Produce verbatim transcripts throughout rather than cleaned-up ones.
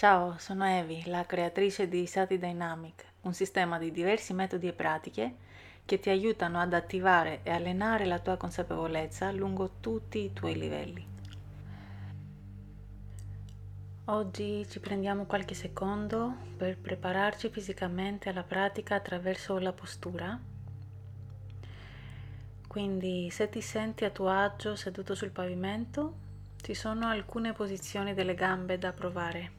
Ciao, sono Evi, la creatrice di Sati Dynamic, un sistema di diversi metodi e pratiche che ti aiutano ad attivare e allenare la tua consapevolezza lungo tutti i tuoi livelli. Oggi ci prendiamo qualche secondo per prepararci fisicamente alla pratica attraverso la postura. Quindi, se ti senti a tuo agio seduto sul pavimento, ci sono alcune posizioni delle gambe da provare.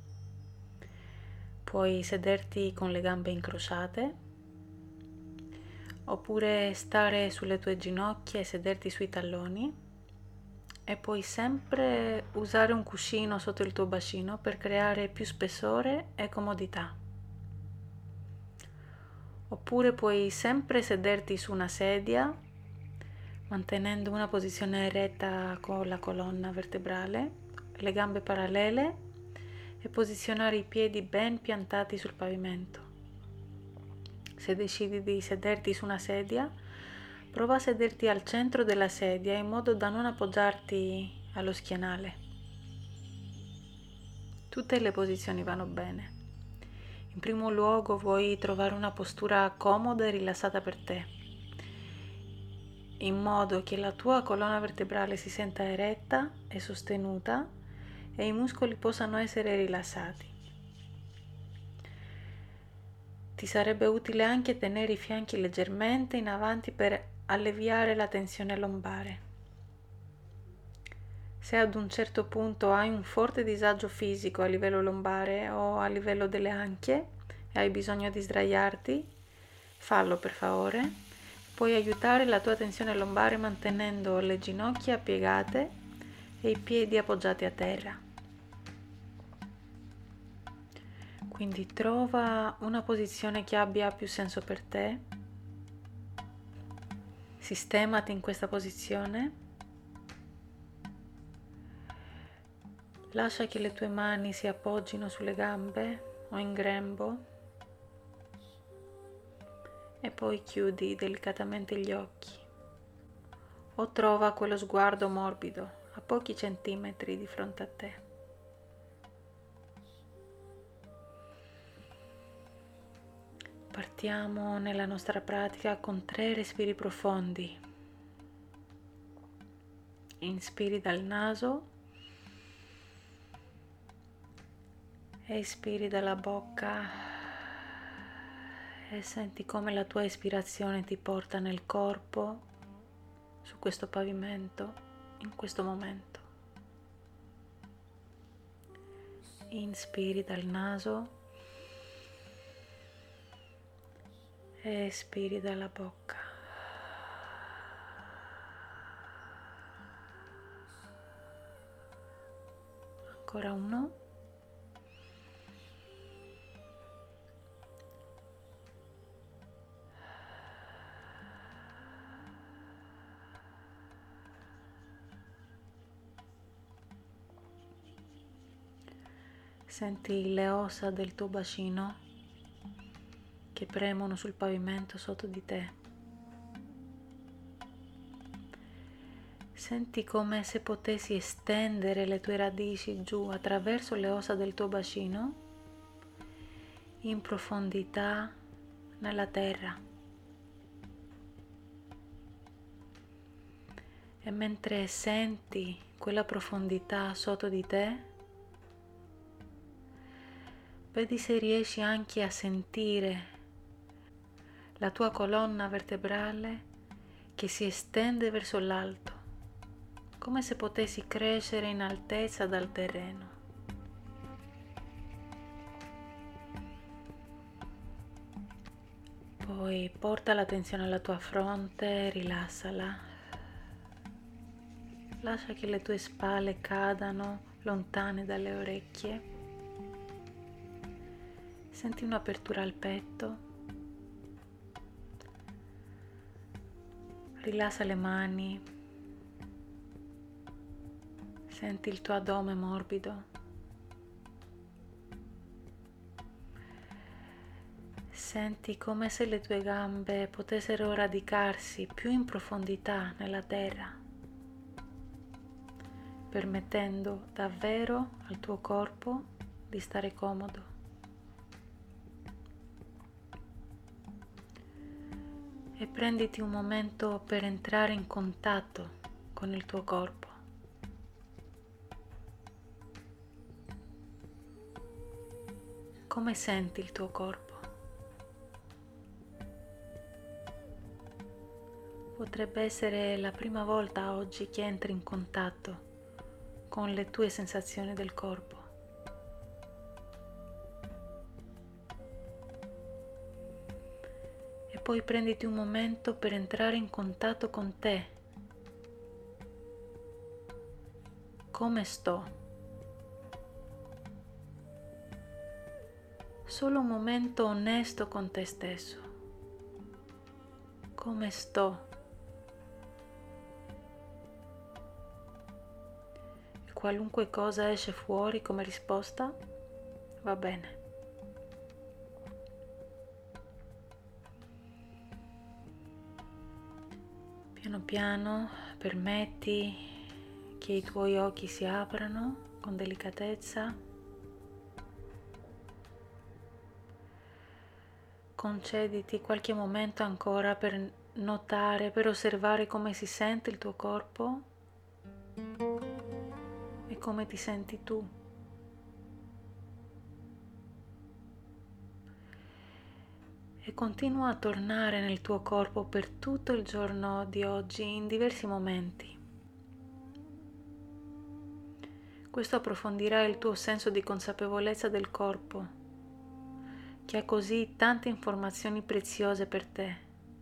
Puoi sederti con le gambe incrociate, oppure stare sulle tue ginocchia e sederti sui talloni, e puoi sempre usare un cuscino sotto il tuo bacino per creare più spessore e comodità. Oppure puoi sempre sederti su una sedia, mantenendo una posizione eretta con la colonna vertebrale, le gambe parallele, e posizionare i piedi ben piantati sul pavimento. Se decidi di sederti su una sedia, prova a sederti al centro della sedia in modo da non appoggiarti allo schienale. Tutte le posizioni vanno bene. In primo luogo vuoi trovare una postura comoda e rilassata per te, in modo che la tua colonna vertebrale si senta eretta e sostenuta e i muscoli possano essere rilassati. Ti sarebbe utile anche tenere i fianchi leggermente in avanti per alleviare la tensione lombare. Se ad un certo punto hai un forte disagio fisico a livello lombare o a livello delle anche e hai bisogno di sdraiarti, fallo per favore. Puoi aiutare la tua tensione lombare mantenendo le ginocchia piegate e i piedi appoggiati a terra. Quindi trova una posizione che abbia più senso per te. Sistemati in questa posizione. Lascia che le tue mani si appoggino sulle gambe o in grembo e poi chiudi delicatamente gli occhi o trova quello sguardo morbido a pochi centimetri di fronte a te. Partiamo nella nostra pratica con tre respiri profondi. Inspiri dal naso. Espiri dalla bocca e senti come la tua espirazione ti porta nel corpo, su questo pavimento, in questo momento. Inspiri dal naso, espiri dalla bocca. Ancora uno. Senti le ossa del tuo bacino che premono sul pavimento sotto di te. Senti come se potessi estendere le tue radici giù attraverso le ossa del tuo bacino in profondità nella terra. E mentre senti quella profondità sotto di te, vedi se riesci anche a sentire la tua colonna vertebrale che si estende verso l'alto, come se potessi crescere in altezza dal terreno. Poi porta l'attenzione alla tua fronte, rilassala. Lascia che le tue spalle cadano lontane dalle orecchie. Senti un'apertura al petto. Rilassa le mani. Senti il tuo addome morbido. Senti come se le tue gambe potessero radicarsi più in profondità nella terra, permettendo davvero al tuo corpo di stare comodo. E prenditi un momento per entrare in contatto con il tuo corpo. Come senti il tuo corpo? Potrebbe essere la prima volta oggi che entri in contatto con le tue sensazioni del corpo. E poi prenditi un momento per entrare in contatto con te. Come sto? Solo un momento onesto con te stesso. Come sto? E qualunque cosa esce fuori come risposta, va bene. Piano piano permetti che i tuoi occhi si aprano con delicatezza. Concediti qualche momento ancora per notare, per osservare come si sente il tuo corpo e come ti senti tu. E continua a tornare nel tuo corpo per tutto il giorno di oggi in diversi momenti. Questo approfondirà il tuo senso di consapevolezza del corpo, che ha così tante informazioni preziose per te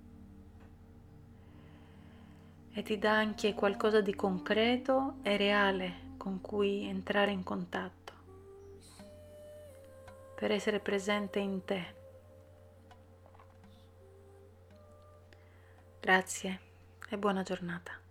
e ti dà anche qualcosa di concreto e reale con cui entrare in contatto, per essere presente in te. Grazie e buona giornata.